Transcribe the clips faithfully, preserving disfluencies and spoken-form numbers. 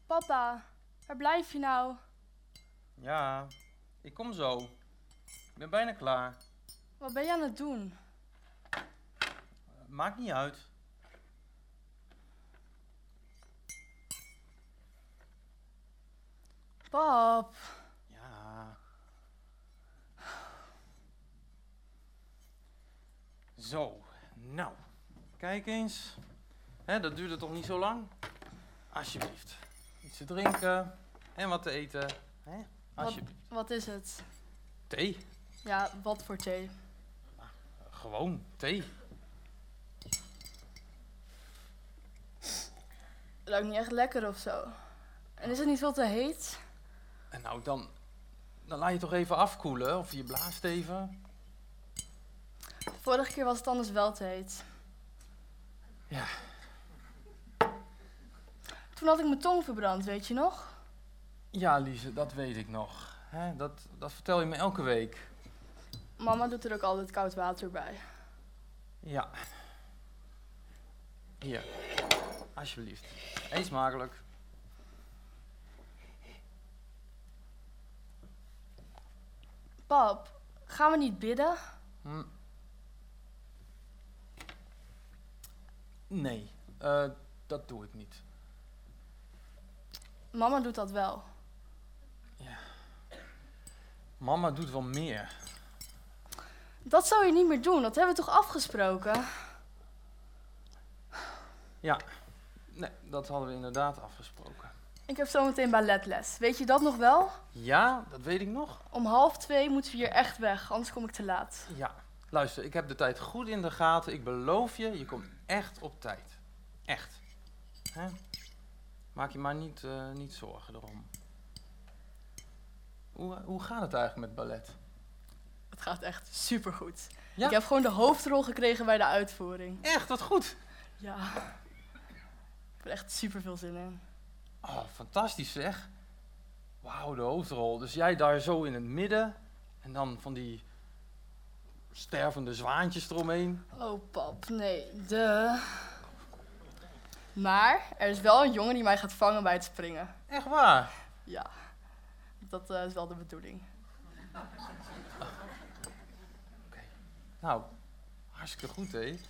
Papa, waar blijf je nou? Ja, ik kom zo. Ik ben bijna klaar. Wat ben je aan het doen? Maakt niet uit. Pap. Ja. Zo, nou. Kijk eens. Hè, dat duurde toch niet zo lang? Alsjeblieft. Iets te drinken en wat te eten. Hè? Alsjeblieft. Wat, wat is het? Thee. Ja, wat voor thee? Gewoon thee. Ruikt niet echt lekker of zo. En is het niet veel te heet? En nou, dan, dan laat je toch even afkoelen of je blaast even. Vorige keer was het anders wel te heet. Ja. Toen had ik mijn tong verbrand, weet je nog? Ja, Lize, dat weet ik nog. Hè, dat, dat vertel je me elke week. Mama doet er ook altijd koud water bij. Ja. Hier, alsjeblieft. Eet smakelijk. Pap, gaan we niet bidden? Hm. Nee, uh, dat doe ik niet. Mama doet dat wel. Ja. Mama doet wel meer. Dat zou je niet meer doen, dat hebben we toch afgesproken? Ja, nee, dat hadden we inderdaad afgesproken. Ik heb zometeen balletles. Weet je dat nog wel? Ja, dat weet ik nog. Om half twee moeten we hier echt weg, anders kom ik te laat. Ja, luister, ik heb de tijd goed in de gaten. Ik beloof je, je komt echt op tijd. Echt. Hè? Maak je maar niet, uh, niet zorgen erom. Hoe, hoe gaat het eigenlijk met ballet? Het gaat echt supergoed. Ja? Ik heb gewoon de hoofdrol gekregen bij de uitvoering. Echt, wat goed. Ja. Ik heb er echt super veel zin in. Oh, fantastisch zeg. Wauw, de hoofdrol. Dus jij daar zo in het midden en dan van die stervende zwaantjes eromheen. Oh pap, nee, de. Maar er is wel een jongen die mij gaat vangen bij het springen. Echt waar? Ja, dat uh, is wel de bedoeling. Oh. Oké. Okay. Nou, hartstikke goed hè.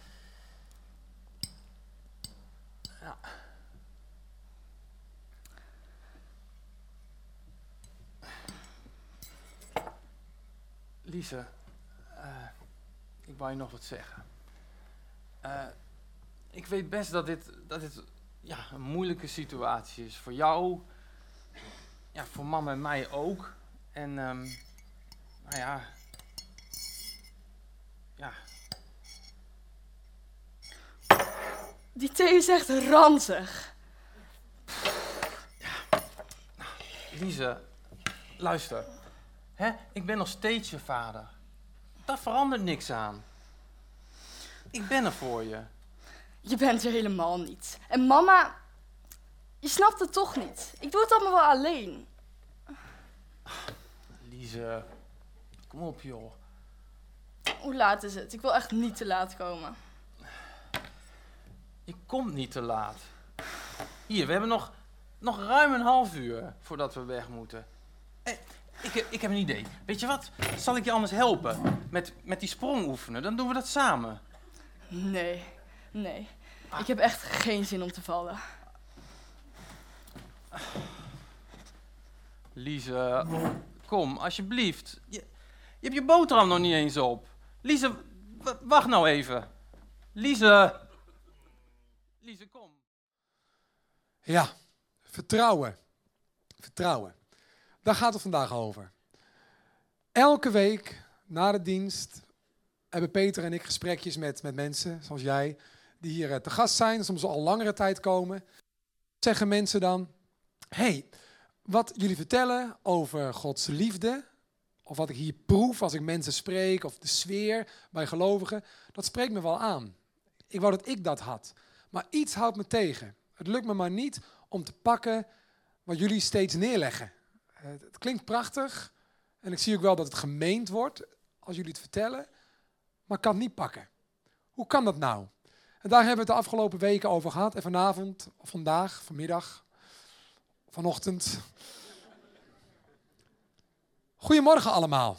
Ja. Lize, uh, ik wou je nog wat zeggen. Uh, ik weet best dat dit, dat dit ja, een moeilijke situatie is. Voor jou, ja, voor mama en mij ook. En, um, nou ja... Ja... Die thee is echt ranzig. Ja. Nou, Lize, luister. Hè? Ik ben nog steeds je vader. Daar verandert niks aan. Ik ben er voor je. Je bent er helemaal niet. En mama, je snapt het toch niet. Ik doe het allemaal wel alleen. Lize, kom op joh. Hoe laat is het? Ik wil echt niet te laat komen. Je komt niet te laat. Hier, we hebben nog, nog ruim een half uur voordat we weg moeten. Eh, ik, heb, ik heb een idee. Weet je wat? Zal ik je anders helpen? Met, met die sprong oefenen. Dan doen we dat samen. Nee, nee. Ah. Ik heb echt geen zin om te vallen. Lize, kom, alsjeblieft. Je, je hebt je boterham nog niet eens op. Lize, w- wacht nou even. Lize. Lize, kom. Ja, vertrouwen. Vertrouwen. Daar gaat het vandaag over. Elke week na de dienst hebben Peter en ik gesprekjes met, met mensen, zoals jij, die hier te gast zijn, soms al langere tijd komen. Zeggen mensen dan, hey, wat jullie vertellen over Gods liefde, of wat ik hier proef als ik mensen spreek, of de sfeer bij gelovigen, dat spreekt me wel aan. Ik wou dat ik dat had. Maar iets houdt me tegen. Het lukt me maar niet om te pakken wat jullie steeds neerleggen. Het, het klinkt prachtig en ik zie ook wel dat het gemeend wordt als jullie het vertellen, maar ik kan het niet pakken. Hoe kan dat nou? En daar hebben we het de afgelopen weken over gehad. En vanavond, of vandaag, vanmiddag, vanochtend. Goedemorgen allemaal.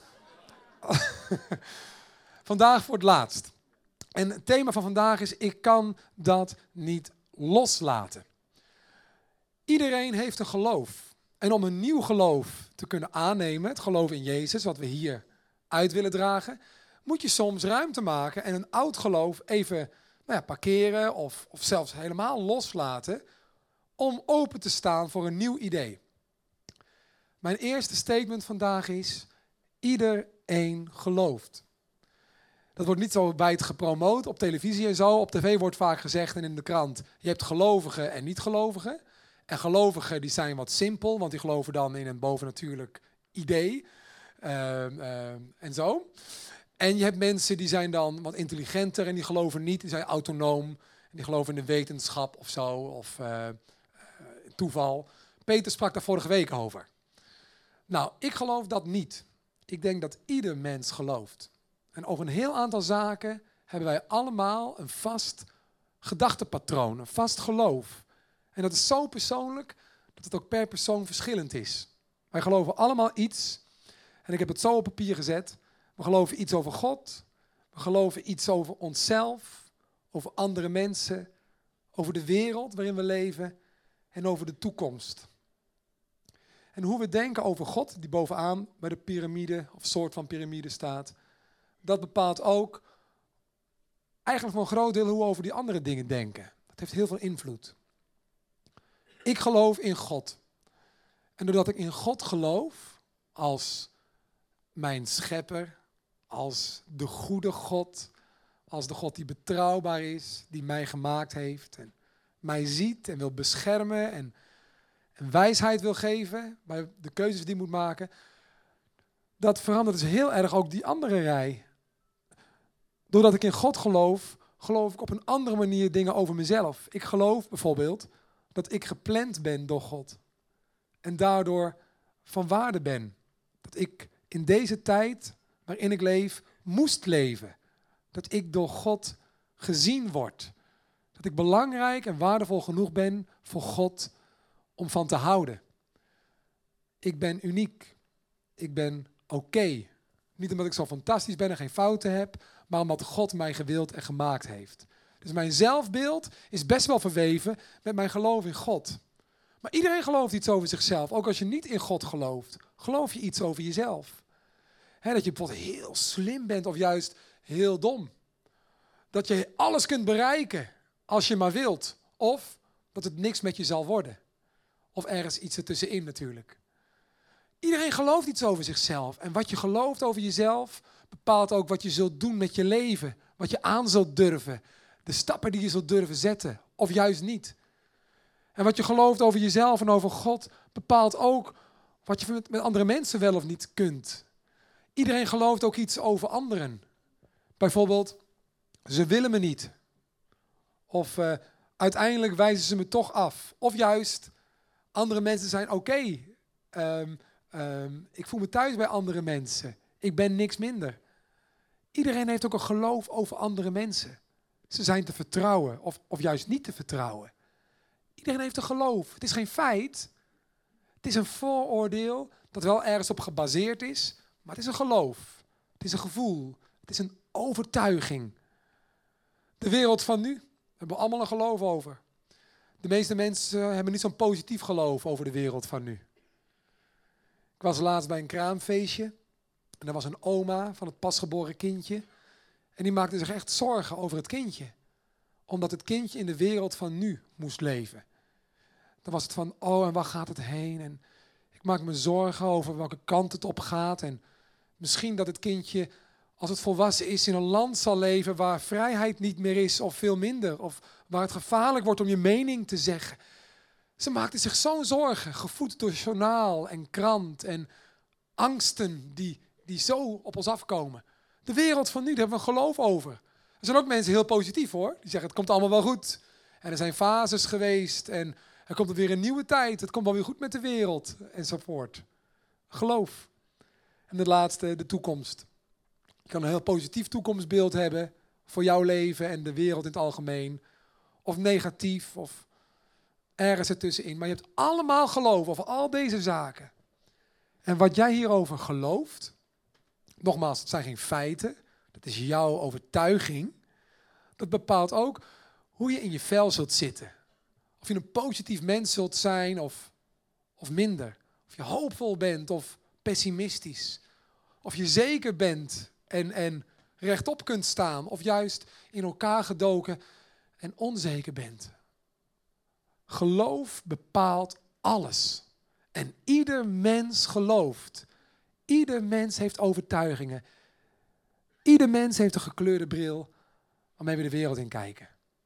Vandaag voor het laatst. En het thema van vandaag is, ik kan dat niet loslaten. Iedereen heeft een geloof. En om een nieuw geloof te kunnen aannemen, het geloof in Jezus, wat we hier uit willen dragen, moet je soms ruimte maken en een oud geloof even nou ja, parkeren of, of zelfs helemaal loslaten om open te staan voor een nieuw idee. Mijn eerste statement vandaag is, iedereen gelooft. Dat wordt niet zo wijd gepromoot op televisie en zo. Op tv wordt vaak gezegd en in de krant, je hebt gelovigen en niet-gelovigen. En gelovigen die zijn wat simpel, want die geloven dan in een bovennatuurlijk idee. Uh, uh, en zo. En je hebt mensen die zijn dan wat intelligenter en die geloven niet, die zijn autonoom. En die geloven in de wetenschap of zo, of uh, uh, toeval. Peter sprak daar vorige week over. Nou, ik geloof dat niet. Ik denk dat ieder mens gelooft. En over een heel aantal zaken hebben wij allemaal een vast gedachtepatroon, een vast geloof. En dat is zo persoonlijk dat het ook per persoon verschillend is. Wij geloven allemaal iets. En ik heb het zo op papier gezet. We geloven iets over God. We geloven iets over onszelf. Over andere mensen. Over de wereld waarin we leven. En over de toekomst. En hoe we denken over God, die bovenaan bij de piramide of soort van piramide staat. Dat bepaalt ook eigenlijk voor een groot deel hoe we over die andere dingen denken. Dat heeft heel veel invloed. Ik geloof in God. En doordat ik in God geloof, als mijn schepper, als de goede God, als de God die betrouwbaar is, die mij gemaakt heeft en mij ziet en wil beschermen en, en wijsheid wil geven bij de keuzes die ik moet maken, dat verandert dus heel erg ook die andere rij. Doordat ik in God geloof, geloof ik op een andere manier dingen over mezelf. Ik geloof bijvoorbeeld dat ik gepland ben door God. En daardoor van waarde ben. Dat ik in deze tijd waarin ik leef, moest leven. Dat ik door God gezien word. Dat ik belangrijk en waardevol genoeg ben voor God om van te houden. Ik ben uniek. Ik ben oké. Niet omdat ik zo fantastisch ben en geen fouten heb, maar omdat God mij gewild en gemaakt heeft. Dus mijn zelfbeeld is best wel verweven met mijn geloof in God. Maar iedereen gelooft iets over zichzelf. Ook als je niet in God gelooft, geloof je iets over jezelf. He, dat je bijvoorbeeld heel slim bent of juist heel dom. Dat je alles kunt bereiken als je maar wilt. Of dat het niks met je zal worden. Of ergens iets ertussenin natuurlijk. Iedereen gelooft iets over zichzelf. En wat je gelooft over jezelf bepaalt ook wat je zult doen met je leven. Wat je aan zult durven. De stappen die je zult durven zetten. Of juist niet. En wat je gelooft over jezelf en over God bepaalt ook wat je met andere mensen wel of niet kunt. Iedereen gelooft ook iets over anderen. Bijvoorbeeld, ze willen me niet. Of uh, uiteindelijk wijzen ze me toch af. Of juist, andere mensen zijn oké. Okay. Um, um, ik voel me thuis bij andere mensen. Ik ben niks minder. Iedereen heeft ook een geloof over andere mensen. Ze zijn te vertrouwen of, of juist niet te vertrouwen. Iedereen heeft een geloof. Het is geen feit. Het is een vooroordeel dat wel ergens op gebaseerd is. Maar het is een geloof. Het is een gevoel. Het is een overtuiging. De wereld van nu, daar hebben we allemaal een geloof over. De meeste mensen hebben niet zo'n positief geloof over de wereld van nu. Ik was laatst bij een kraamfeestje. En er was een oma van het pasgeboren kindje. En die maakte zich echt zorgen over het kindje. Omdat het kindje in de wereld van nu moest leven. Dan was het van, oh, en waar gaat het heen? En ik maak me zorgen over welke kant het op gaat. En misschien dat het kindje, als het volwassen is, in een land zal leven waar vrijheid niet meer is of veel minder. Of waar het gevaarlijk wordt om je mening te zeggen. Ze maakte zich zo'n zorgen, gevoed door journaal en krant en angsten die, die zo op ons afkomen. De wereld van nu, daar hebben we een geloof over. Er zijn ook mensen heel positief hoor. Die zeggen het komt allemaal wel goed. En er zijn fases geweest en er komt er weer een nieuwe tijd. Het komt wel weer goed met de wereld enzovoort. Geloof. En de laatste, de toekomst. Je kan een heel positief toekomstbeeld hebben voor jouw leven en de wereld in het algemeen. Of negatief of ergens ertussenin. Maar je hebt allemaal geloof over al deze zaken. En wat jij hierover gelooft, nogmaals, het zijn geen feiten, dat is jouw overtuiging. Dat bepaalt ook hoe je in je vel zult zitten. Of je een positief mens zult zijn of, of minder. Of je hoopvol bent of pessimistisch. Of je zeker bent en, en rechtop kunt staan. Of juist in elkaar gedoken en onzeker bent. Geloof bepaalt alles. En ieder mens gelooft. Ieder mens heeft overtuigingen. Ieder mens heeft een gekleurde bril waarmee we de wereld in kijken.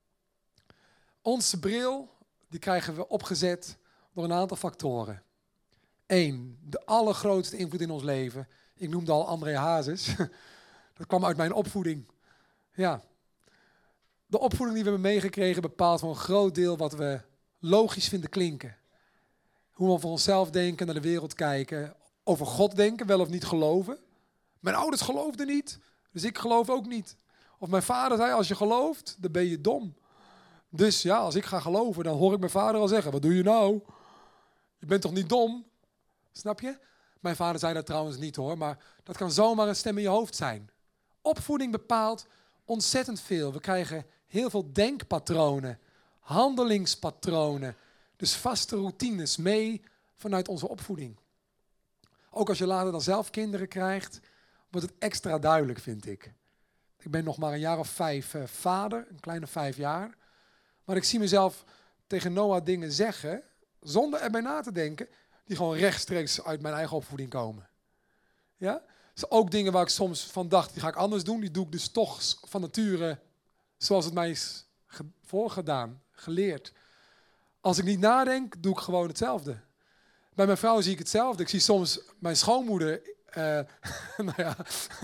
Onze bril, die krijgen we opgezet door een aantal factoren. Eén, de allergrootste invloed in ons leven. Ik noemde al André Hazes. Dat kwam uit mijn opvoeding. Ja. De opvoeding die we hebben meegekregen bepaalt voor een groot deel wat we logisch vinden klinken. Hoe we voor onszelf denken, naar de wereld kijken. Over God denken, wel of niet geloven. Mijn ouders geloofden niet, dus ik geloof ook niet. Of mijn vader zei, als je gelooft, dan ben je dom. Dus ja, als ik ga geloven, dan hoor ik mijn vader al zeggen, wat doe je nou? Je bent toch niet dom? Snap je? Mijn vader zei dat trouwens niet hoor, maar dat kan zomaar een stem in je hoofd zijn. Opvoeding bepaalt ontzettend veel. We krijgen heel veel denkpatronen, handelingspatronen, dus vaste routines mee vanuit onze opvoeding. Ook als je later dan zelf kinderen krijgt, wordt het extra duidelijk, vind ik. Ik ben nog maar een jaar of vijf uh, vader, een kleine vijf jaar. Maar ik zie mezelf tegen Noah dingen zeggen, zonder erbij na te denken, die gewoon rechtstreeks uit mijn eigen opvoeding komen. Ja? Dus ook dingen waar ik soms van dacht, die ga ik anders doen, die doe ik dus toch van nature zoals het mij is ge- voorgedaan, geleerd. Als ik niet nadenk, doe ik gewoon hetzelfde. Bij mijn vrouw zie ik hetzelfde. Ik zie soms mijn schoonmoeder, uh, nou ja,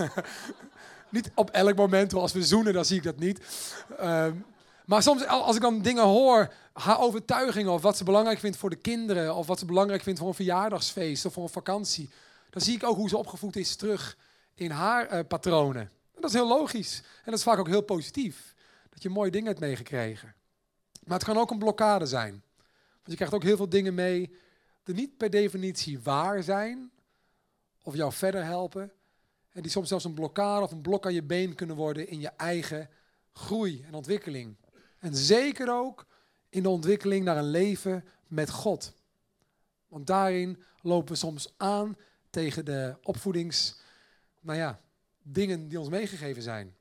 niet op elk moment, als we zoenen, dan zie ik dat niet. Uh, maar soms als ik dan dingen hoor, haar overtuigingen of wat ze belangrijk vindt voor de kinderen, of wat ze belangrijk vindt voor een verjaardagsfeest of voor een vakantie, dan zie ik ook hoe ze opgevoed is terug in haar uh, patronen. En dat is heel logisch. En dat is vaak ook heel positief. Dat je mooie dingen hebt meegekregen. Maar het kan ook een blokkade zijn. Want je krijgt ook heel veel dingen mee die niet per definitie waar zijn of jou verder helpen. En die soms zelfs een blokkade of een blok aan je been kunnen worden in je eigen groei en ontwikkeling. En zeker ook in de ontwikkeling naar een leven met God. Want daarin lopen we soms aan tegen de opvoedings, nou ja, dingen die ons meegegeven zijn.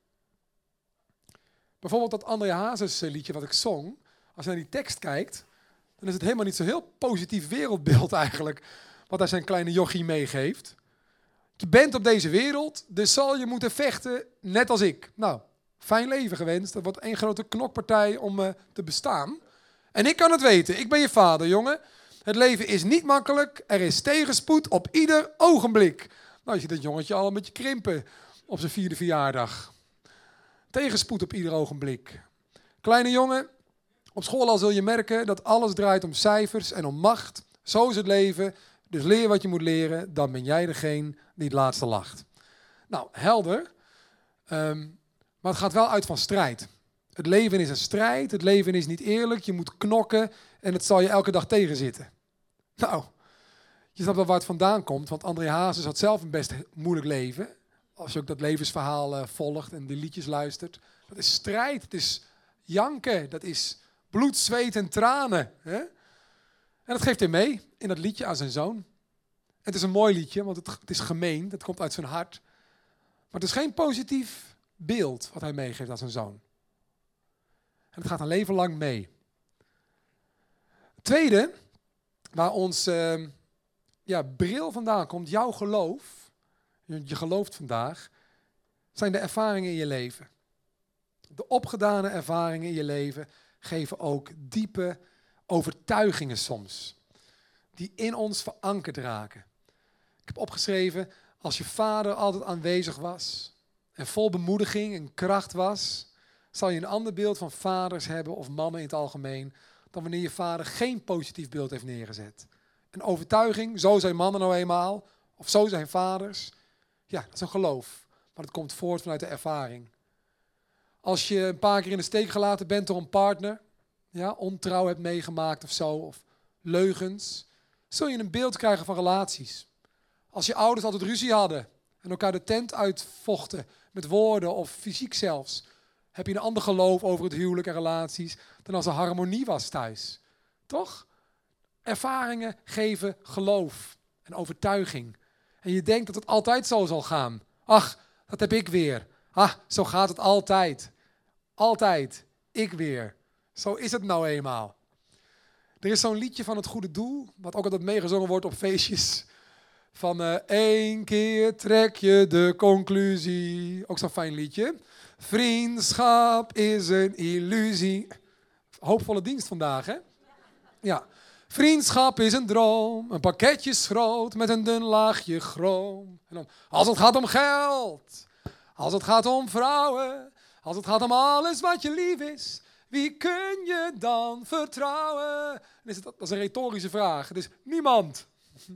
Bijvoorbeeld dat André Hazes liedje wat ik zong. Als je naar die tekst kijkt, dan is het helemaal niet zo'n heel positief wereldbeeld eigenlijk, wat hij zijn kleine jochie meegeeft. Je bent op deze wereld, dus zal je moeten vechten, net als ik. Nou, fijn leven gewenst. Dat wordt één grote knokpartij om uh, te bestaan. En ik kan het weten, ik ben je vader, jongen. Het leven is niet makkelijk, er is tegenspoed op ieder ogenblik. Nou, je ziet dat jongetje al een beetje krimpen op zijn vierde verjaardag. Tegenspoed op ieder ogenblik. Kleine jongen, op school al zul je merken dat alles draait om cijfers en om macht. Zo is het leven, dus leer wat je moet leren, dan ben jij degene die het laatste lacht. Nou, helder, um, maar het gaat wel uit van strijd. Het leven is een strijd, het leven is niet eerlijk, je moet knokken en het zal je elke dag tegenzitten. Nou, je snapt wel waar het vandaan komt, want André Hazes had zelf een best moeilijk leven. Als je ook dat levensverhaal uh, volgt en die liedjes luistert. Dat is strijd, het is janken, dat is bloed, zweet en tranen. Hè? En dat geeft hij mee in dat liedje aan zijn zoon. Het is een mooi liedje, want het, het is gemeen, het komt uit zijn hart. Maar het is geen positief beeld wat hij meegeeft aan zijn zoon. En het gaat een leven lang mee. Het tweede, waar ons uh, ja, bril vandaan komt, jouw geloof, je, je gelooft vandaag, zijn de ervaringen in je leven. De opgedane ervaringen in je leven geven ook diepe overtuigingen soms, die in ons verankerd raken. Ik heb opgeschreven, als je vader altijd aanwezig was en vol bemoediging en kracht was, zal je een ander beeld van vaders hebben of mannen in het algemeen, dan wanneer je vader geen positief beeld heeft neergezet. Een overtuiging, zo zijn mannen nou eenmaal, of zo zijn vaders. Ja, dat is een geloof, maar het komt voort vanuit de ervaring. Als je een paar keer in de steek gelaten bent door een partner, ja, ontrouw hebt meegemaakt of zo, of leugens, zul je een beeld krijgen van relaties. Als je ouders altijd ruzie hadden en elkaar de tent uitvochten met woorden of fysiek zelfs, heb je een ander geloof over het huwelijk en relaties dan als er harmonie was thuis. Toch? Ervaringen geven geloof en overtuiging. En je denkt dat het altijd zo zal gaan. Ach, dat heb ik weer. Ah, zo gaat het altijd. Altijd. Ik weer. Zo is het nou eenmaal. Er is zo'n liedje van het goede doel, wat ook altijd meegezongen wordt op feestjes. Van uh, één keer trek je de conclusie. Ook zo'n fijn liedje. Vriendschap is een illusie. Hoopvolle dienst vandaag, hè? Ja. Vriendschap is een droom, een pakketje schroot met een dun laagje chroom. En dan, als het gaat om geld, als het gaat om vrouwen, als het gaat om alles wat je lief is, wie kun je dan vertrouwen? Dan is het, dat is een retorische vraag. Dus niemand.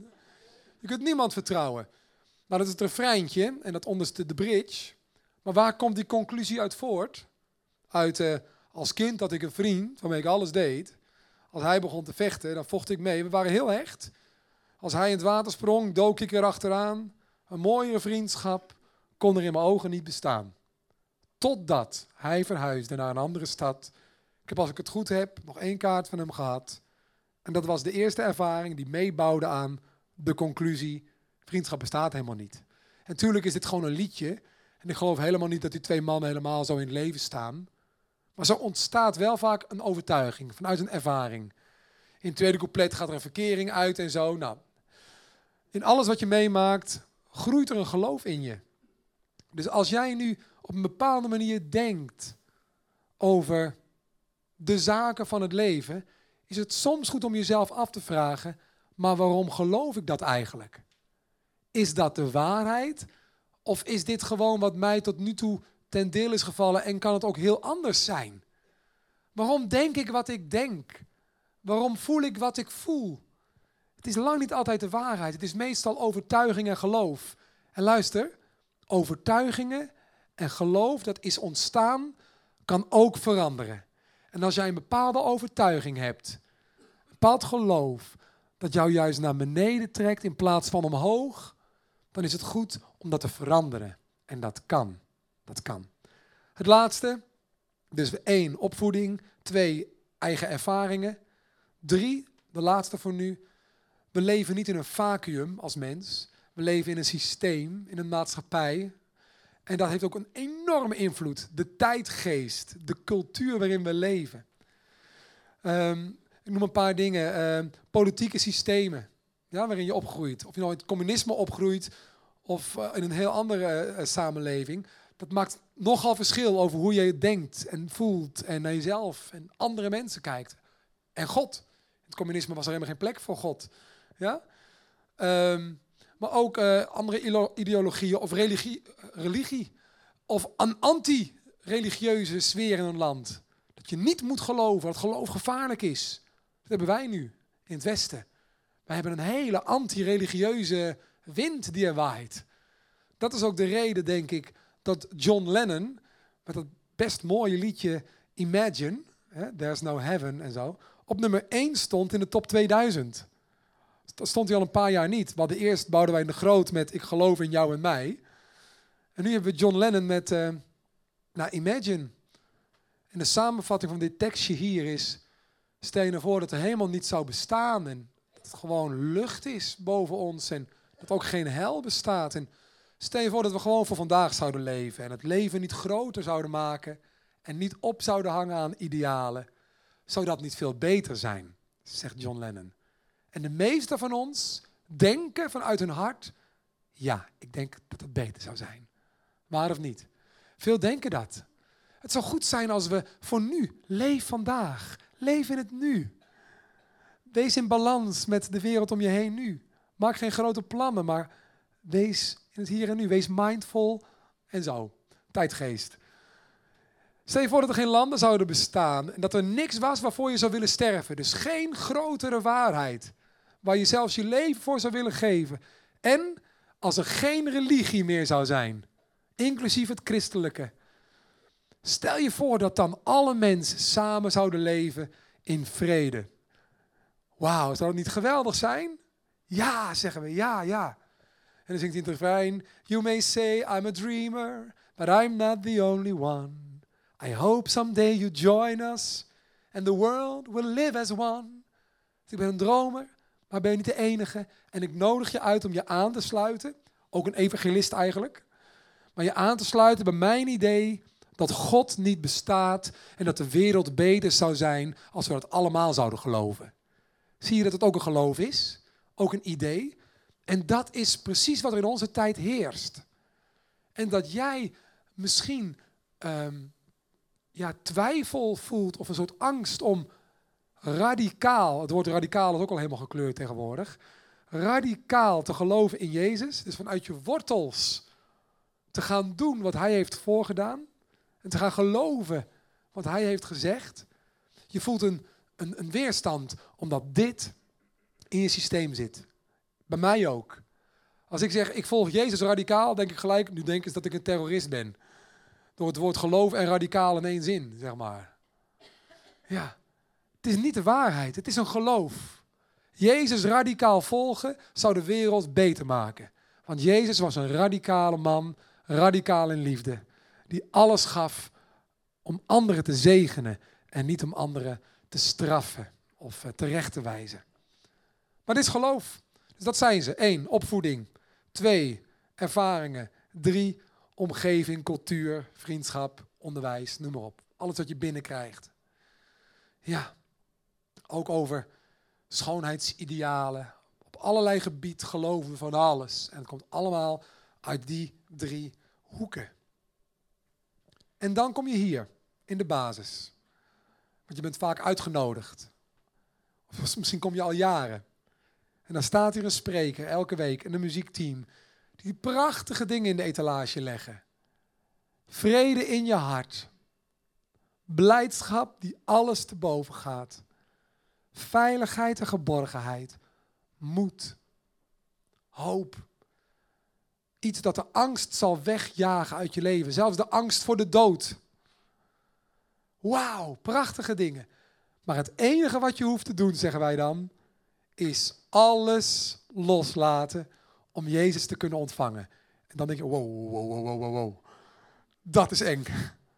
Je kunt niemand vertrouwen. Nou, dat is het refreintje en dat onderste de bridge. Maar waar komt die conclusie uit voort? Uit uh, als kind had ik een vriend waarmee ik alles deed. Als hij begon te vechten, dan vocht ik mee. We waren heel hecht. Als hij in het water sprong, dook ik erachteraan. Een mooiere vriendschap kon er in mijn ogen niet bestaan. Totdat hij verhuisde naar een andere stad. Ik heb, als ik het goed heb, nog één kaart van hem gehad. En dat was de eerste ervaring die meebouwde aan de conclusie: vriendschap bestaat helemaal niet. En natuurlijk is dit gewoon een liedje. En ik geloof helemaal niet dat die twee mannen helemaal zo in het leven staan. Maar zo ontstaat wel vaak een overtuiging vanuit een ervaring. In het tweede couplet gaat er een verkering uit en zo. Nou, in alles wat je meemaakt, groeit er een geloof in je. Dus als jij nu op een bepaalde manier denkt over de zaken van het leven, is het soms goed om jezelf af te vragen: maar waarom geloof ik dat eigenlijk? Is dat de waarheid? Of is dit gewoon wat mij tot nu toe ten deel is gevallen en kan het ook heel anders zijn? Waarom denk ik wat ik denk? Waarom voel ik wat ik voel? Het is lang niet altijd de waarheid. Het is meestal overtuiging en geloof. En luister, overtuigingen en geloof, dat is ontstaan, kan ook veranderen. En als jij een bepaalde overtuiging hebt, een bepaald geloof, dat jou juist naar beneden trekt in plaats van omhoog, dan is het goed om dat te veranderen. En dat kan. Dat kan. Het laatste, dus één, opvoeding. Twee, eigen ervaringen. Drie, de laatste voor nu. We leven niet in een vacuüm als mens. We leven in een systeem, in een maatschappij. En dat heeft ook een enorme invloed. De tijdgeest, de cultuur waarin we leven. Um, ik noem een paar dingen. Um, politieke systemen, ja, waarin je opgroeit. Of je nou in het communisme opgroeit of uh, in een heel andere uh, samenleving. Dat maakt nogal verschil over hoe je denkt en voelt en naar jezelf en andere mensen kijkt. En God. In het communisme was er helemaal geen plek voor God. Ja? Um, maar ook uh, andere ideologieën of religie, religie. Of een anti-religieuze sfeer in een land. Dat je niet moet geloven, dat geloof gevaarlijk is. Dat hebben wij nu in het Westen. Wij hebben een hele anti-religieuze wind die er waait. Dat is ook de reden, denk ik, dat John Lennon met dat best mooie liedje Imagine, hè, There's No Heaven en zo, op nummer één stond in de top tweeduizend. Dat stond hij al een paar jaar niet. We hadden eerst Boudewijn de Groot met Ik geloof in jou en mij. En nu hebben we John Lennon met uh, nou, Imagine. En de samenvatting van dit tekstje hier is: stel je nou voor dat er helemaal niet zou bestaan en dat het gewoon lucht is boven ons en dat ook geen hel bestaat. En stel je voor dat we gewoon voor vandaag zouden leven en het leven niet groter zouden maken en niet op zouden hangen aan idealen. Zou dat niet veel beter zijn, zegt John Lennon. En de meesten van ons denken vanuit hun hart: ja, ik denk dat het beter zou zijn. Waar of niet? Veel denken dat. Het zou goed zijn als we voor nu, leef vandaag, leef in het nu. Wees in balans met de wereld om je heen nu. Maak geen grote plannen, maar wees in het hier en nu. Wees mindful en zo. Tijdgeest. Stel je voor dat er geen landen zouden bestaan en dat er niks was waarvoor je zou willen sterven. Dus geen grotere waarheid waar je zelfs je leven voor zou willen geven. En als er geen religie meer zou zijn, inclusief het christelijke. Stel je voor dat dan alle mensen samen zouden leven in vrede. Wauw, zou dat niet geweldig zijn? Ja, zeggen we, ja, ja. En dan zingt hij in het refrein. You may say I'm a dreamer, but I'm not the only one. I hope someday you join us and the world will live as one. Dus ik ben een dromer, maar ben je niet de enige. En ik nodig je uit om je aan te sluiten. Ook een evangelist eigenlijk. Maar je aan te sluiten bij mijn idee dat God niet bestaat en dat de wereld beter zou zijn als we dat allemaal zouden geloven. Zie je dat het ook een geloof is? Ook een idee? En dat is precies wat er in onze tijd heerst. En dat jij misschien um, ja, twijfel voelt of een soort angst om radicaal, het woord radicaal is ook al helemaal gekleurd tegenwoordig, radicaal te geloven in Jezus, dus vanuit je wortels te gaan doen wat Hij heeft voorgedaan en te gaan geloven wat Hij heeft gezegd. Je voelt een, een, een weerstand omdat dit in je systeem zit. Bij mij ook. Als ik zeg, ik volg Jezus radicaal, denk ik gelijk, nu denken ze dat ik een terrorist ben. Door het woord geloof en radicaal in één zin, zeg maar. Ja, het is niet de waarheid, het is een geloof. Jezus radicaal volgen zou de wereld beter maken. Want Jezus was een radicale man, radicaal in liefde. Die alles gaf om anderen te zegenen en niet om anderen te straffen of uh, terecht te wijzen. Maar dit is geloof. Dus dat zijn ze. Eén, opvoeding. Twee, ervaringen. Drie, omgeving, cultuur, vriendschap, onderwijs, noem maar op. Alles wat je binnenkrijgt. Ja, ook over schoonheidsidealen. Op allerlei gebied geloven we van alles. En het komt allemaal uit die drie hoeken. En dan kom je hier, in de basis. Want je bent vaak uitgenodigd. Of misschien kom je al jaren. En dan staat hier een spreker elke week en een muziekteam die prachtige dingen in de etalage leggen. Vrede in je hart. Blijdschap die alles te boven gaat. Veiligheid en geborgenheid. Moed. Hoop. Iets dat de angst zal wegjagen uit je leven. Zelfs de angst voor de dood. Wauw, prachtige dingen. Maar het enige wat je hoeft te doen, zeggen wij dan, is alles loslaten om Jezus te kunnen ontvangen. En dan denk je, wow, wow, wow, wow, wow, wow. Dat is eng.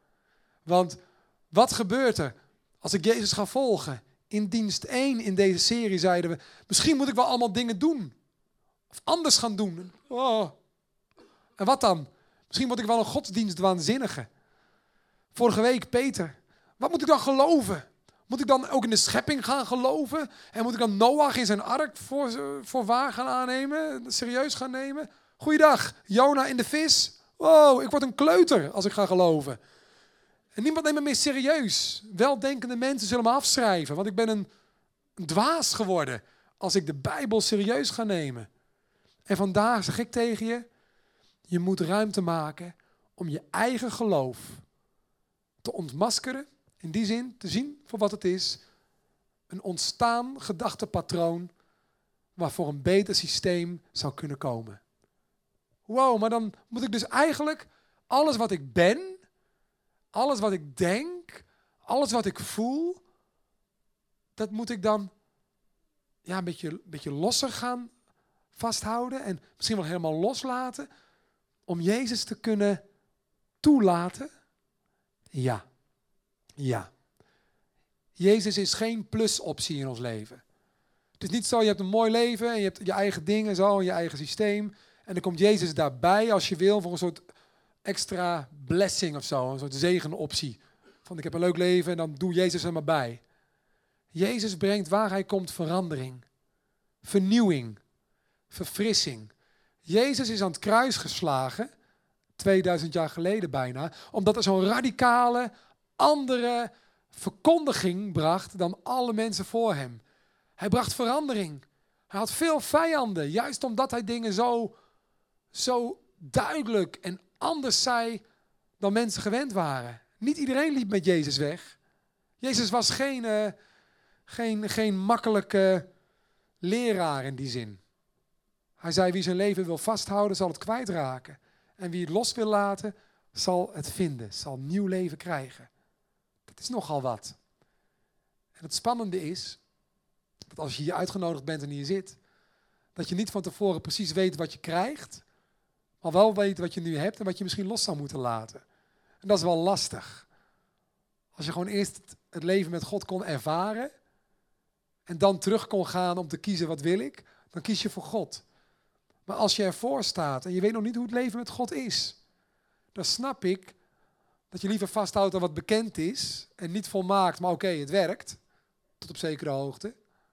Want wat gebeurt er als ik Jezus ga volgen? In dienst één in deze serie zeiden we, misschien moet ik wel allemaal dingen doen. Of anders gaan doen. Oh. En wat dan? Misschien word ik wel een godsdienstwaanzinnige. Vorige week, Peter, wat moet ik dan geloven? Moet ik dan ook in de schepping gaan geloven? En moet ik dan Noach in zijn ark voor, voor waar gaan aannemen? Serieus gaan nemen? Goeiedag, Jona in de vis. Wow, ik word een kleuter als ik ga geloven. En niemand neemt me meer serieus. Weldenkende mensen zullen me afschrijven. Want ik ben een, een dwaas geworden als ik de Bijbel serieus ga nemen. En vandaag zeg ik tegen je, je moet ruimte maken om je eigen geloof te ontmaskeren. In die zin te zien voor wat het is. Een ontstaan gedachtepatroon waarvoor een beter systeem zou kunnen komen. Wow, maar dan moet ik dus eigenlijk alles wat ik ben, alles wat ik denk, alles wat ik voel, dat moet ik dan ja, een beetje, een beetje losser gaan vasthouden en misschien wel helemaal loslaten om Jezus te kunnen toelaten. Ja. Ja. Jezus is geen plusoptie in ons leven. Het is niet zo, je hebt een mooi leven en je hebt je eigen dingen zo, en je eigen systeem. En dan komt Jezus daarbij als je wil voor een soort extra blessing of zo. Een soort zegenoptie. Van ik heb een leuk leven en dan doe Jezus er maar bij. Jezus brengt waar hij komt verandering. Vernieuwing. Verfrissing. Jezus is aan het kruis geslagen. tweeduizend jaar geleden bijna. Omdat er zo'n radicale, andere verkondiging bracht dan alle mensen voor hem. Hij bracht verandering. Hij had veel vijanden. Juist omdat hij dingen zo, zo duidelijk en anders zei dan mensen gewend waren. Niet iedereen liep met Jezus weg. Jezus was geen, uh, geen, geen makkelijke leraar in die zin. Hij zei, wie zijn leven wil vasthouden, zal het kwijtraken. En wie het los wil laten, zal het vinden. Zal nieuw leven krijgen. Dat is nogal wat. En het spannende is, dat als je hier uitgenodigd bent en hier zit, dat je niet van tevoren precies weet wat je krijgt, maar wel weet wat je nu hebt en wat je misschien los zou moeten laten. En dat is wel lastig. Als je gewoon eerst het leven met God kon ervaren en dan terug kon gaan om te kiezen wat wil ik, dan kies je voor God. Maar als je ervoor staat en je weet nog niet hoe het leven met God is, dan snap ik dat je liever vasthoudt aan wat bekend is en niet volmaakt, maar oké, okay, het werkt, tot op zekere hoogte.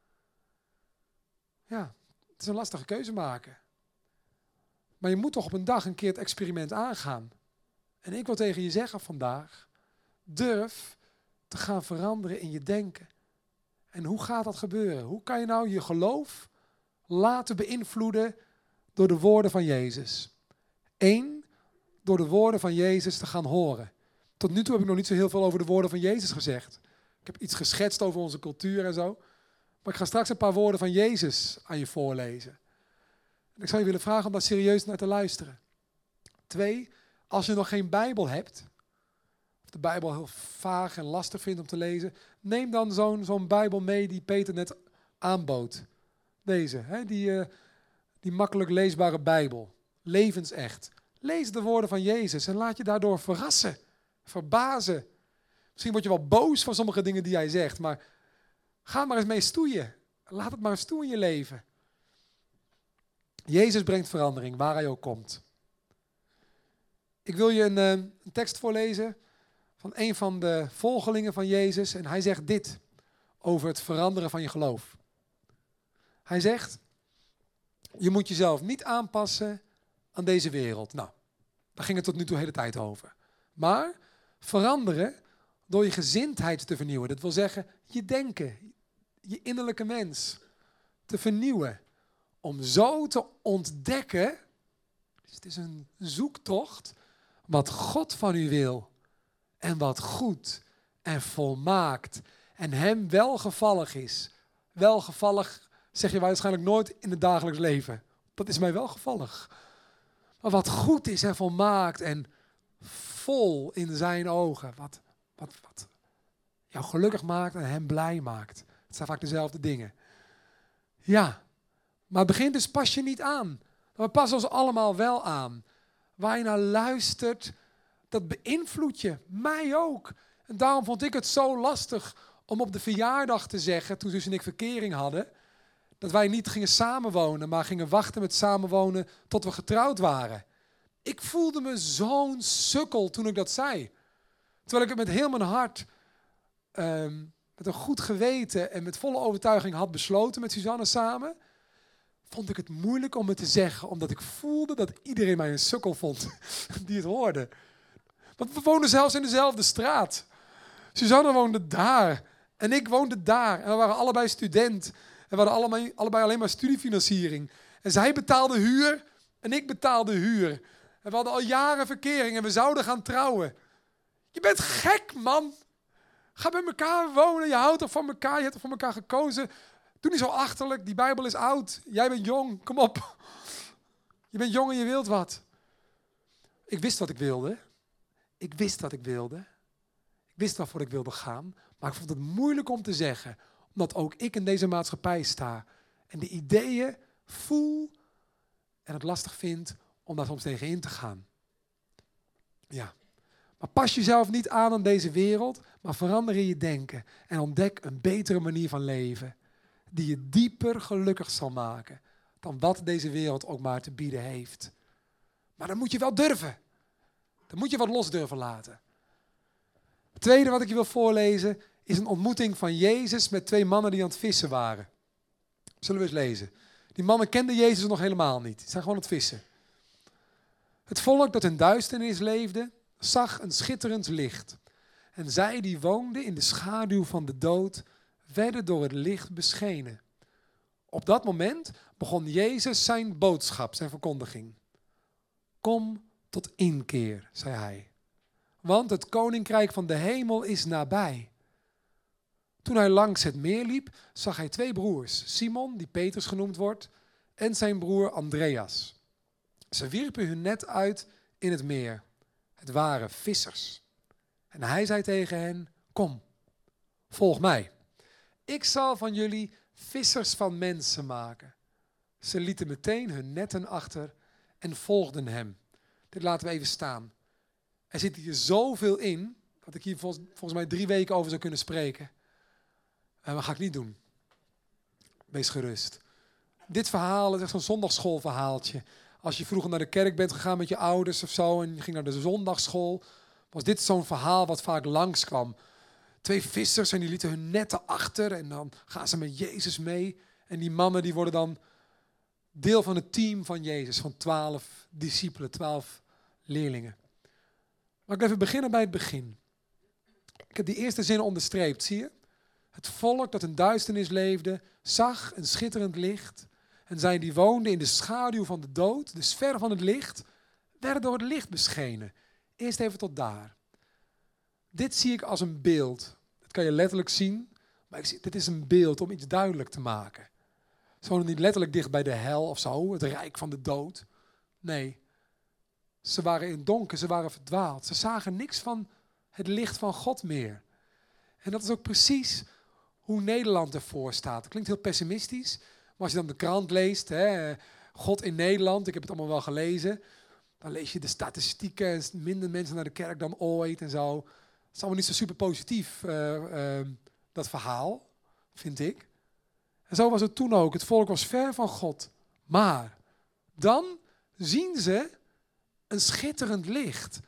Ja, het is een lastige keuze maken. Maar je moet toch op een dag een keer het experiment aangaan. En ik wil tegen je zeggen vandaag, durf te gaan veranderen in je denken. En hoe gaat dat gebeuren? Hoe kan je nou je geloof laten beïnvloeden door de woorden van Jezus? Eén, door de woorden van Jezus te gaan horen. Tot nu toe heb ik nog niet zo heel veel over de woorden van Jezus gezegd. Ik heb iets geschetst over onze cultuur en zo. Maar ik ga straks een paar woorden van Jezus aan je voorlezen. En ik zou je willen vragen om daar serieus naar te luisteren. Twee, als je nog geen Bijbel hebt, of de Bijbel heel vaag en lastig vindt om te lezen, neem dan zo'n, zo'n Bijbel mee die Peter net aanbood. Deze, hè, die, uh, die makkelijk leesbare Bijbel. Levensecht. Lees de woorden van Jezus en laat je daardoor verrassen, verbazen. Misschien word je wel boos van sommige dingen die hij zegt, maar ga maar eens mee stoeien. Laat het maar eens toe in je leven. Jezus brengt verandering, waar hij ook komt. Ik wil je een, uh, een tekst voorlezen van een van de volgelingen van Jezus. En hij zegt dit over het veranderen van je geloof. Hij zegt, je moet jezelf niet aanpassen aan deze wereld. Nou, daar ging het tot nu toe de hele tijd over. Maar veranderen door je gezindheid te vernieuwen. Dat wil zeggen, je denken, je innerlijke mens te vernieuwen. Om zo te ontdekken, dus het is een zoektocht, wat God van u wil. En wat goed en volmaakt en hem welgevallig is. Welgevallig zeg je waarschijnlijk nooit in het dagelijks leven. Dat is mij welgevallig. Maar wat goed is en volmaakt en vol in zijn ogen. Wat, wat, wat jou gelukkig maakt en hem blij maakt. Het zijn vaak dezelfde dingen. Ja, maar het begint dus pas je niet aan. We passen ons allemaal wel aan. Waar je naar luistert, dat beïnvloedt je. Mij ook. En daarom vond ik het zo lastig om op de verjaardag te zeggen, toen zus en ik verkering hadden, dat wij niet gingen samenwonen, maar gingen wachten met samenwonen tot we getrouwd waren. Ik voelde me zo'n sukkel toen ik dat zei. Terwijl ik het met heel mijn hart, um, met een goed geweten en met volle overtuiging had besloten met Suzanne samen, vond ik het moeilijk om het te zeggen, omdat ik voelde dat iedereen mij een sukkel vond die het hoorde. Want we woonden zelfs in dezelfde straat. Suzanne woonde daar en ik woonde daar. En we waren allebei student. En we hadden allebei, allebei alleen maar studiefinanciering. En zij betaalde huur en ik betaalde huur. En we hadden al jaren verkering en we zouden gaan trouwen. Je bent gek, man. Ga bij elkaar wonen. Je houdt toch van elkaar. Je hebt toch voor elkaar gekozen. Doe niet zo achterlijk. Die Bijbel is oud. Jij bent jong. Kom op. Je bent jong en je wilt wat. Ik wist wat ik wilde. Ik wist wat ik wilde. Ik wist waarvoor ik wilde gaan. Maar ik vond het moeilijk om te zeggen. Omdat ook ik in deze maatschappij sta. En de ideeën voel. En het lastig vind om daar soms tegenin te gaan. Ja. Maar pas jezelf niet aan aan deze wereld. Maar verander in je denken. En ontdek een betere manier van leven. Die je dieper gelukkig zal maken. Dan wat deze wereld ook maar te bieden heeft. Maar dan moet je wel durven. Dan moet je wat los durven laten. Het tweede wat ik je wil voorlezen is een ontmoeting van Jezus met twee mannen die aan het vissen waren. Zullen we eens lezen. Die mannen kenden Jezus nog helemaal niet. Ze zijn gewoon aan het vissen. Het volk dat in duisternis leefde, zag een schitterend licht. En zij die woonden in de schaduw van de dood, werden door het licht beschenen. Op dat moment begon Jezus zijn boodschap, zijn verkondiging. Kom tot inkeer, zei hij. Want het koninkrijk van de hemel is nabij. Toen hij langs het meer liep, zag hij twee broers, Simon, die Petrus genoemd wordt, en zijn broer Andreas. Ze wierpen hun net uit in het meer. Het waren vissers. En hij zei tegen hen, kom, volg mij. Ik zal van jullie vissers van mensen maken. Ze lieten meteen hun netten achter en volgden hem. Dit laten we even staan. Er zit hier zoveel in, dat ik hier volgens, volgens mij drie weken over zou kunnen spreken. En dat ga ik niet doen. Wees gerust. Dit verhaal is echt zo'n zondagsschoolverhaaltje. Als je vroeger naar de kerk bent gegaan met je ouders of zo en je ging naar de zondagsschool, was dit zo'n verhaal wat vaak langskwam. Twee vissers en die lieten hun netten achter en dan gaan ze met Jezus mee. En die mannen die worden dan deel van het team van Jezus, van twaalf discipelen, twaalf leerlingen. Maar ik wil even beginnen bij het begin. Ik heb die eerste zin onderstreept, zie je? Het volk dat in duisternis leefde, zag een schitterend licht. En zij die woonden in de schaduw van de dood, dus ver van het licht, werden door het licht beschenen. Eerst even tot daar. Dit zie ik als een beeld. Dat kan je letterlijk zien, maar ik zie, dit is een beeld om iets duidelijk te maken. Ze wonen niet letterlijk dicht bij de hel of zo, het rijk van de dood. Nee, ze waren in het donker, ze waren verdwaald. Ze zagen niks van het licht van God meer. En dat is ook precies hoe Nederland ervoor staat. Dat klinkt heel pessimistisch, maar als je dan de krant leest, hè, God in Nederland, ik heb het allemaal wel gelezen, dan lees je de statistieken en minder mensen naar de kerk dan ooit en zo. Het is allemaal niet zo super positief, uh, uh, dat verhaal, vind ik. En zo was het toen ook. Het volk was ver van God. Maar dan zien ze een schitterend licht.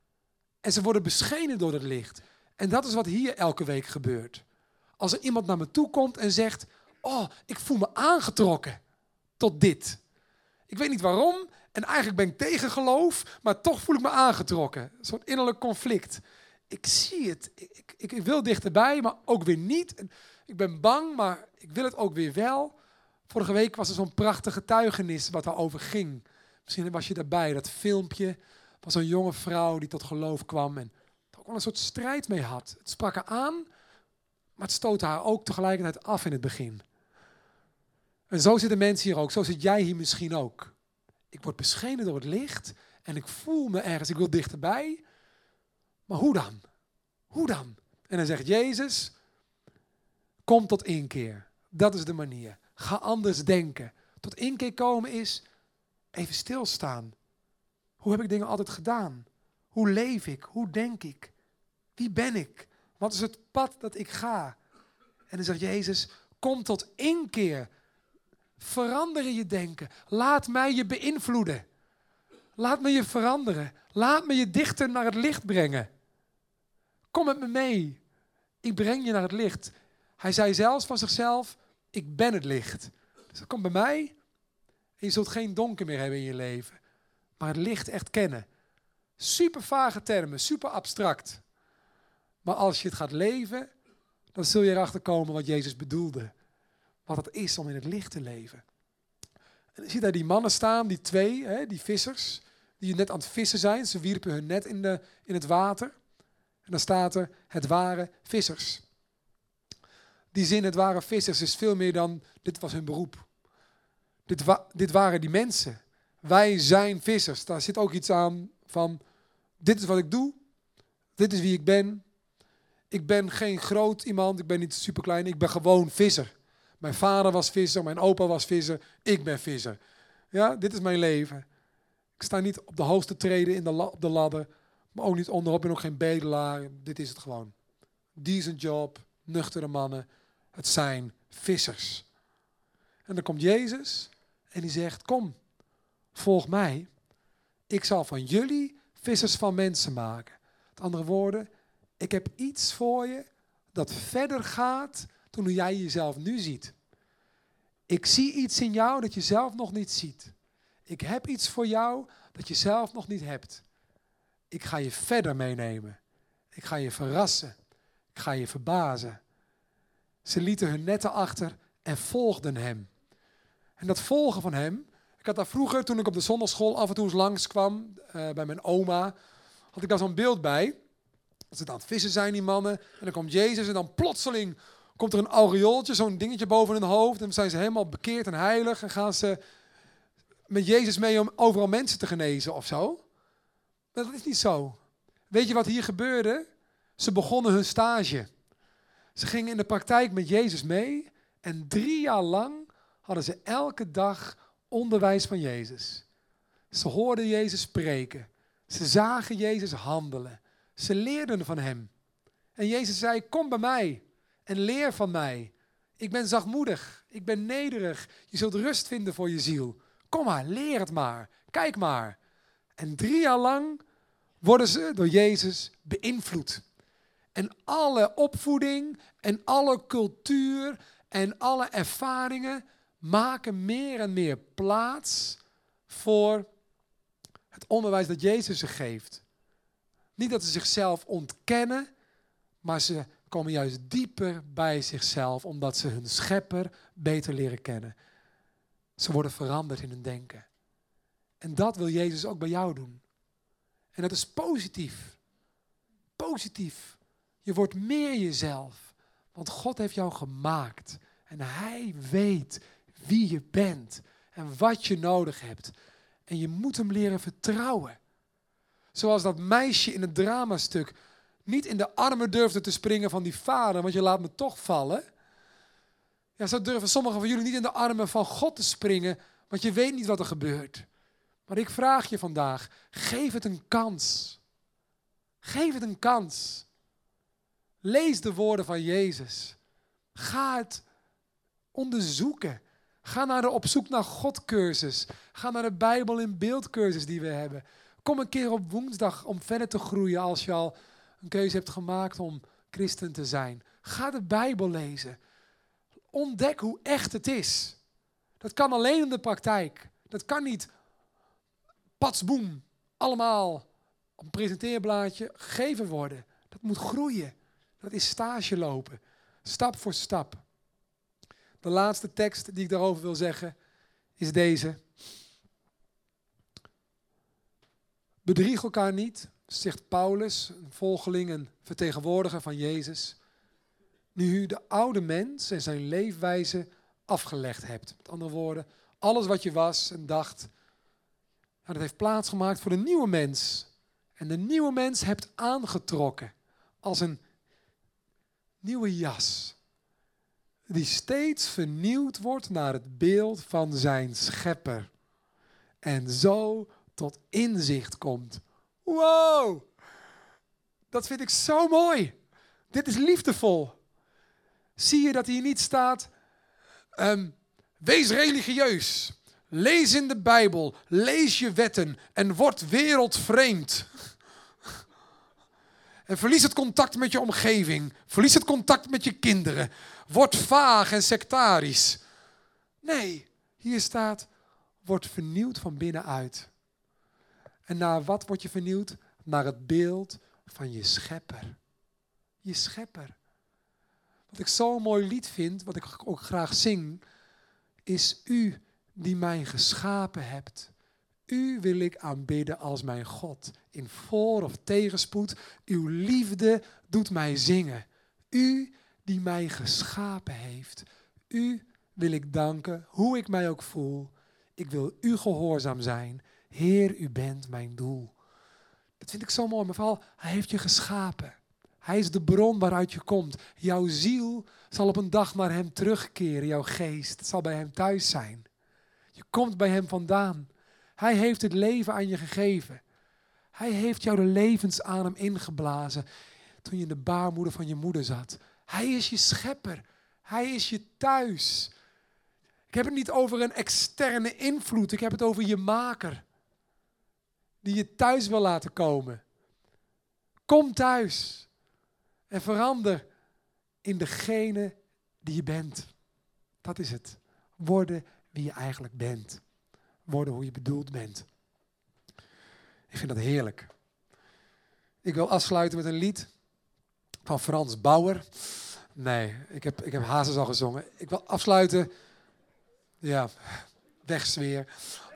En ze worden beschenen door het licht. En dat is wat hier elke week gebeurt. Als er iemand naar me toe komt en zegt, oh, ik voel me aangetrokken tot dit. Ik weet niet waarom en eigenlijk ben ik tegen geloof, maar toch voel ik me aangetrokken. Een soort innerlijk conflict. Ik zie het. Ik, ik, ik wil dichterbij, maar ook weer niet. Ik ben bang, maar ik wil het ook weer wel. Vorige week was er zo'n prachtig getuigenis wat daarover ging. Misschien was je daarbij, dat filmpje van zo'n jonge vrouw die tot geloof kwam en er ook wel een soort strijd mee had. Het sprak haar aan, maar het stootte haar ook tegelijkertijd af in het begin. En zo zitten mensen hier ook, zo zit jij hier misschien ook. Ik word beschenen door het licht en ik voel me ergens, ik wil dichterbij. Maar hoe dan? Hoe dan? En dan zegt Jezus, kom tot inkeer. Dat is de manier. Ga anders denken. Tot inkeer komen is even stilstaan. Hoe heb ik dingen altijd gedaan? Hoe leef ik? Hoe denk ik? Wie ben ik? Wat is het pad dat ik ga? En dan zegt Jezus, kom tot inkeer. Verander in je denken. Laat mij je beïnvloeden. Laat me je veranderen. Laat me je dichter naar het licht brengen. Kom met me mee. Ik breng je naar het licht. Hij zei zelfs van zichzelf, ik ben het licht. Dus kom bij mij en je zult geen donker meer hebben in je leven. Maar het licht echt kennen. Super vage termen, super abstract. Maar als je het gaat leven, dan zul je erachter komen wat Jezus bedoelde. Wat het is om in het licht te leven. En je ziet daar die mannen staan, die twee, hè, die vissers, die net aan het vissen zijn. Ze wierpen hun net in, de, in het water. En dan staat er, het waren vissers. Die zin, het waren vissers, is veel meer dan, dit was hun beroep. Dit, wa- dit waren die mensen. Wij zijn vissers. Daar zit ook iets aan van, dit is wat ik doe. Dit is wie ik ben. Ik ben geen groot iemand, ik ben niet superklein, ik ben gewoon visser. Mijn vader was visser, mijn opa was visser, ik ben visser. Ja, dit is mijn leven. Ik sta niet op de hoogste treden in de la- op de ladder, maar ook niet onderop, ik ben ook geen bedelaar. Dit is het gewoon. Decent job, nuchtere mannen. Het zijn vissers. En dan komt Jezus en die zegt, kom, volg mij. Ik zal van jullie vissers van mensen maken. Met andere woorden, ik heb iets voor je dat verder gaat dan hoe jij jezelf nu ziet. Ik zie iets in jou dat je zelf nog niet ziet. Ik heb iets voor jou dat je zelf nog niet hebt. Ik ga je verder meenemen. Ik ga je verrassen. Ik ga je verbazen. Ze lieten hun netten achter en volgden hem. En dat volgen van hem, ik had daar vroeger, toen ik op de zondagschool af en toe eens langskwam, uh, bij mijn oma, had ik daar zo'n beeld bij. Dat ze aan het vissen zijn, die mannen. En dan komt Jezus en dan plotseling komt er een aureooltje, zo'n dingetje boven hun hoofd. En dan zijn ze helemaal bekeerd en heilig en gaan ze met Jezus mee om overal mensen te genezen of zo. Maar dat is niet zo. Weet je wat hier gebeurde? Ze begonnen hun stage. Ze gingen in de praktijk met Jezus mee en drie jaar lang hadden ze elke dag onderwijs van Jezus. Ze hoorden Jezus spreken. Ze zagen Jezus handelen. Ze leerden van hem. En Jezus zei, kom bij mij en leer van mij. Ik ben zachtmoedig, ik ben nederig. Je zult rust vinden voor je ziel. Kom maar, leer het maar. Kijk maar. En drie jaar lang worden ze door Jezus beïnvloed. En alle opvoeding en alle cultuur en alle ervaringen maken meer en meer plaats voor het onderwijs dat Jezus ze geeft. Niet dat ze zichzelf ontkennen, maar ze komen juist dieper bij zichzelf, omdat ze hun schepper beter leren kennen. Ze worden veranderd in hun denken. En dat wil Jezus ook bij jou doen. En dat is positief. Positief. Je wordt meer jezelf. Want God heeft jou gemaakt. En Hij weet wie je bent. En wat je nodig hebt. En je moet Hem leren vertrouwen. Zoals dat meisje in het dramastuk niet in de armen durfde te springen van die vader, want je laat me toch vallen. Ja, zo durven sommigen van jullie niet in de armen van God te springen, want je weet niet wat er gebeurt. Maar ik vraag je vandaag, geef het een kans. Geef het een kans. Lees de woorden van Jezus. Ga het onderzoeken. Ga naar de Op zoek naar God cursus. Ga naar de Bijbel in beeld cursus die we hebben. Kom een keer op woensdag om verder te groeien als je al een keuze hebt gemaakt om christen te zijn. Ga de Bijbel lezen. Ontdek hoe echt het is. Dat kan alleen in de praktijk. Dat kan niet patsboem, allemaal op een presenteerblaadje gegeven worden. Dat moet groeien. Dat is stage lopen. Stap voor stap. De laatste tekst die ik daarover wil zeggen is deze. Bedrieg elkaar niet, zegt Paulus, een volgeling en vertegenwoordiger van Jezus. Nu u de oude mens en zijn leefwijze afgelegd hebt. Met andere woorden, alles wat je was en dacht, nou, dat heeft plaatsgemaakt voor de nieuwe mens. En de nieuwe mens hebt aangetrokken als een nieuwe jas. Die steeds vernieuwd wordt naar het beeld van zijn schepper. En zo tot inzicht komt. Wow! Dat vind ik zo mooi. Dit is liefdevol. Zie je dat hier niet staat, um, wees religieus. Lees in de Bijbel. Lees je wetten en word wereldvreemd. En verlies het contact met je omgeving. Verlies het contact met je kinderen. Word vaag en sectarisch. Nee, hier staat, word vernieuwd van binnenuit. En naar wat word je vernieuwd? Naar het beeld van je schepper. Je schepper. Wat ik zo'n mooi lied vind, wat ik ook graag zing, is u die mij geschapen hebt. U wil ik aanbidden als mijn God. In voor- of tegenspoed, uw liefde doet mij zingen. U die mij geschapen heeft. U wil ik danken, hoe ik mij ook voel. Ik wil u gehoorzaam zijn. Heer, u bent mijn doel. Dat vind ik zo mooi, maar vooral, hij heeft je geschapen. Hij is de bron waaruit je komt. Jouw ziel zal op een dag naar hem terugkeren. Jouw geest zal bij hem thuis zijn. Je komt bij hem vandaan. Hij heeft het leven aan je gegeven. Hij heeft jou de levensadem ingeblazen toen je in de baarmoeder van je moeder zat. Hij is je schepper. Hij is je thuis. Ik heb het niet over een externe invloed. Ik heb het over je maker. Die je thuis wil laten komen. Kom thuis. En verander in degene die je bent. Dat is het. Worden wie je eigenlijk bent. Worden hoe je bedoeld bent. Ik vind dat heerlijk. Ik wil afsluiten met een lied van Frans Bauer. Nee, ik heb, ik heb Hazes al gezongen. Ik wil afsluiten. Ja, wegsfeer.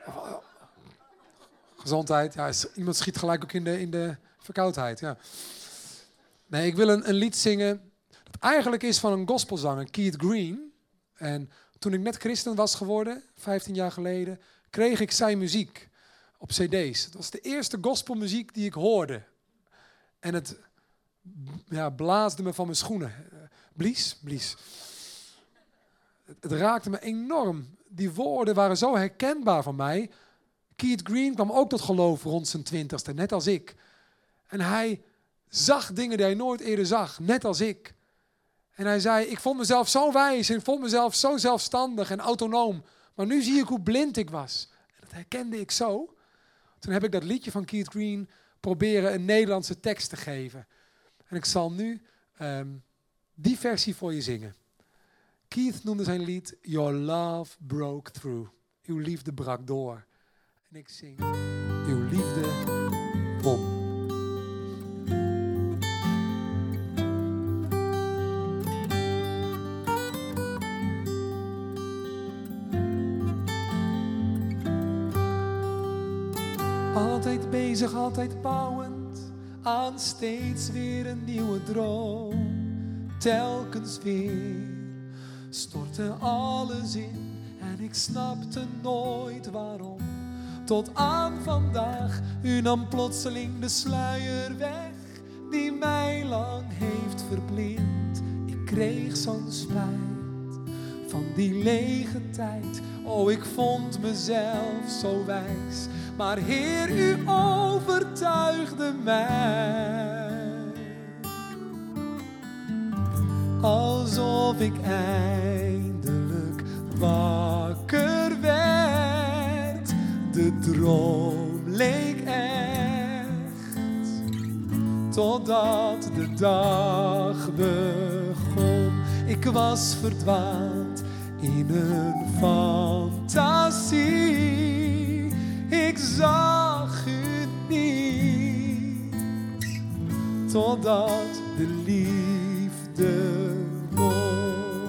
Gezondheid. Ja, iemand schiet gelijk ook in de, in de verkoudheid. Ja. Nee, ik wil een, een lied zingen dat eigenlijk is van een gospelzanger, Keith Green. En toen ik net christen was geworden, vijftien jaar geleden, kreeg ik zijn muziek op cd's. Dat was de eerste gospelmuziek die ik hoorde. En het ja, blaasde me van mijn schoenen. Blies, blies. Het, het raakte me enorm. Die woorden waren zo herkenbaar voor mij. Keith Green kwam ook tot geloof rond zijn twintigste, net als ik. En hij zag dingen die hij nooit eerder zag, net als ik. En hij zei, ik vond mezelf zo wijs en ik vond mezelf zo zelfstandig en autonoom. Maar nu zie ik hoe blind ik was. En dat herkende ik zo. Toen heb ik dat liedje van Keith Green proberen een Nederlandse tekst te geven. En ik zal nu um, die versie voor je zingen. Keith noemde zijn lied Your Love Broke Through. Uw liefde brak door. En ik zing Uw liefde won. Altijd bezig, altijd bouwend aan steeds weer een nieuwe droom. Telkens weer stortte alles in en ik snapte nooit waarom. Tot aan vandaag, u nam plotseling de sluier weg die mij lang heeft verblind. Ik kreeg zo'n spijt van die lege tijd. Oh, ik vond mezelf zo wijs. Maar Heer, u overtuigde mij. Alsof ik eindelijk wakker werd. De droom leek echt. Totdat de dag begon. Ik was verdwaald in een fantasie. Ik zag u niet, totdat de liefde won.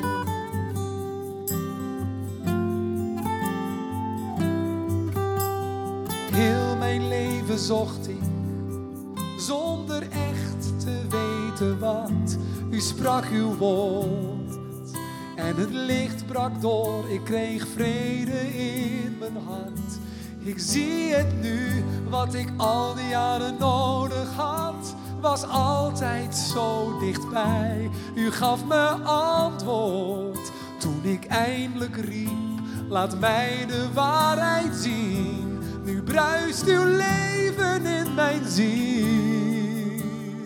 Heel mijn leven zocht ik, zonder echt te weten wat. U sprak uw woord en het licht brak door. Ik kreeg vrede in mijn hart. Ik zie het nu, wat ik al die jaren nodig had, was altijd zo dichtbij. U gaf me antwoord, toen ik eindelijk riep, laat mij de waarheid zien. Nu bruist uw leven in mijn ziel.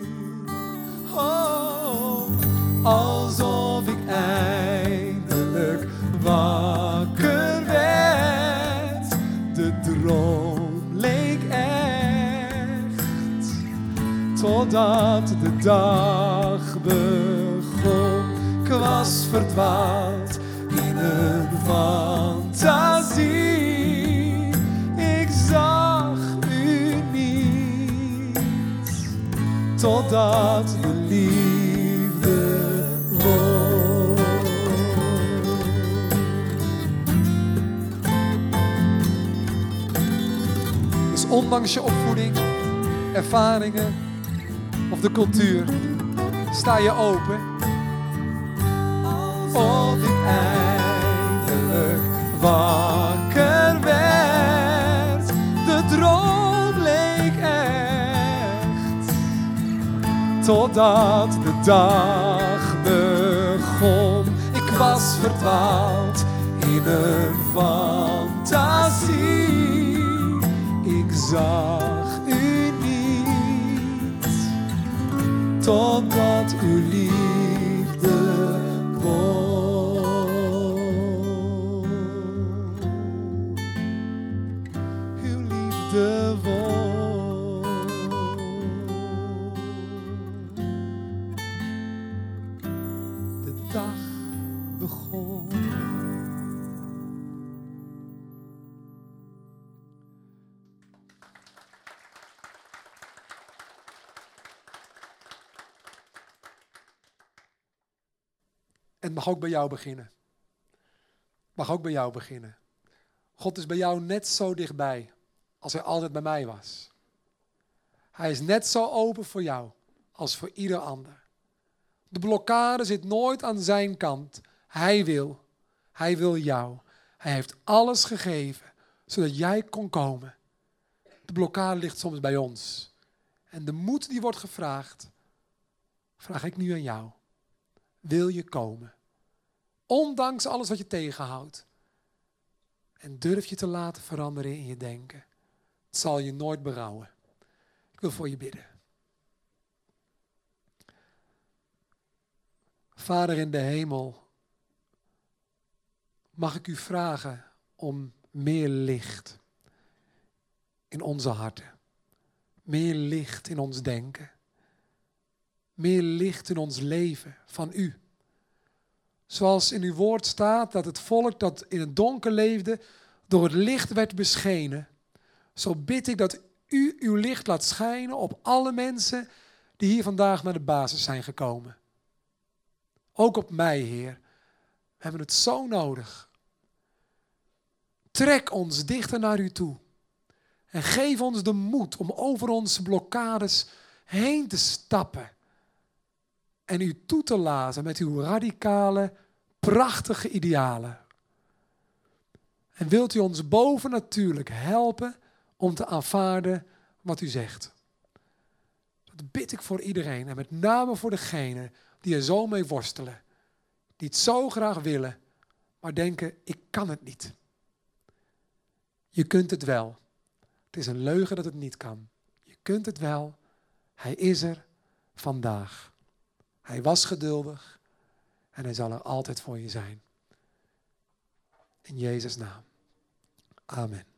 Oh, alsof ik eindelijk wakker werd. De droom leek echt, totdat de dag begon. Ik was verdwaald in een fantasie. Ik zag u niet, totdat de liefde won. Ondanks je opvoeding, ervaringen of de cultuur, sta je open. Alsof ik eindelijk wakker werd. De droom leek echt, totdat de dag begon. Ik was verdwaald in een fantasie. Ik zag u niet, totdat uw liefde won. Uw liefde won. De dag begon. Het mag ook bij jou beginnen. Mag ook bij jou beginnen. God is bij jou net zo dichtbij als hij altijd bij mij was. Hij is net zo open voor jou als voor ieder ander. De blokkade zit nooit aan zijn kant. Hij wil. Hij wil jou. Hij heeft alles gegeven, zodat jij kon komen. De blokkade ligt soms bij ons. En de moed die wordt gevraagd, vraag ik nu aan jou. wil je komen. Ondanks alles wat je tegenhoudt. En durf je te laten veranderen in je denken. Het zal je nooit berouwen. Ik wil voor je bidden. Vader in de hemel, mag ik u vragen om meer licht in onze harten. Meer licht in ons denken. Meer licht in ons leven van u. Zoals in uw woord staat dat het volk dat in het donker leefde door het licht werd beschenen. Zo bid ik dat u uw licht laat schijnen op alle mensen die hier vandaag naar de basis zijn gekomen. Ook op mij, Heer. We hebben het zo nodig. Trek ons dichter naar u toe. En geef ons de moed om over onze blokkades heen te stappen. En u toe te laten met uw radicale, prachtige idealen. En wilt u ons bovennatuurlijk helpen om te aanvaarden wat u zegt. Dat bid ik voor iedereen en met name voor degenen die er zo mee worstelen. Die het zo graag willen, maar denken, ik kan het niet. Je kunt het wel. Het is een leugen dat het niet kan. Je kunt het wel. Hij is er vandaag. Hij was geduldig en hij zal er altijd voor je zijn. In Jezus' naam. Amen.